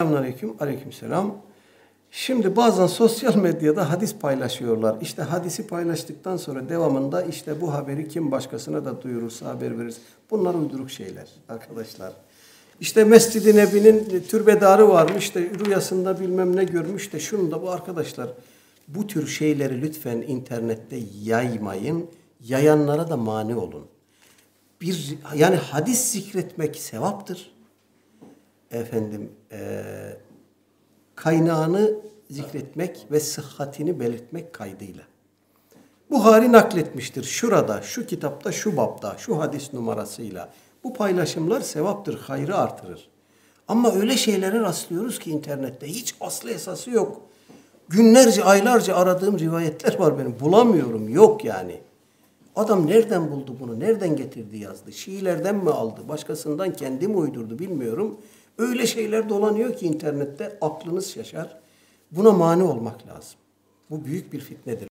Selamünaleyküm, aleykümselam. Şimdi bazen sosyal medyada hadis paylaşıyorlar. İşte hadisi paylaştıktan sonra devamında işte bu haberi kim başkasına da duyurursa haber verir. Bunlar uyduruk şeyler arkadaşlar. İşte Mescid-i Nebi'nin türbedarı varmış da rüyasında bilmem ne görmüş de şunu da bu arkadaşlar. Bu tür şeyleri lütfen internette yaymayın. Yayanlara da mani olun. Yani hadis zikretmek sevaptır. Kaynağını zikretmek ve sıhhatini belirtmek kaydıyla. Buhari nakletmiştir. Şurada, şu kitapta, şu babda, şu hadis numarasıyla. Bu paylaşımlar sevaptır, hayrı artırır. Ama öyle şeylere rastlıyoruz ki internette hiç aslı esası yok. Günlerce, aylarca aradığım rivayetler var benim. Bulamıyorum, yok yani. Adam nereden buldu bunu, nereden getirdi yazdı? Şiilerden mi aldı, başkasından kendi mi uydurdu bilmiyorum. Öyle şeyler dolanıyor ki internette aklınız şaşar. Buna mani olmak lazım. Bu büyük bir fitnedir.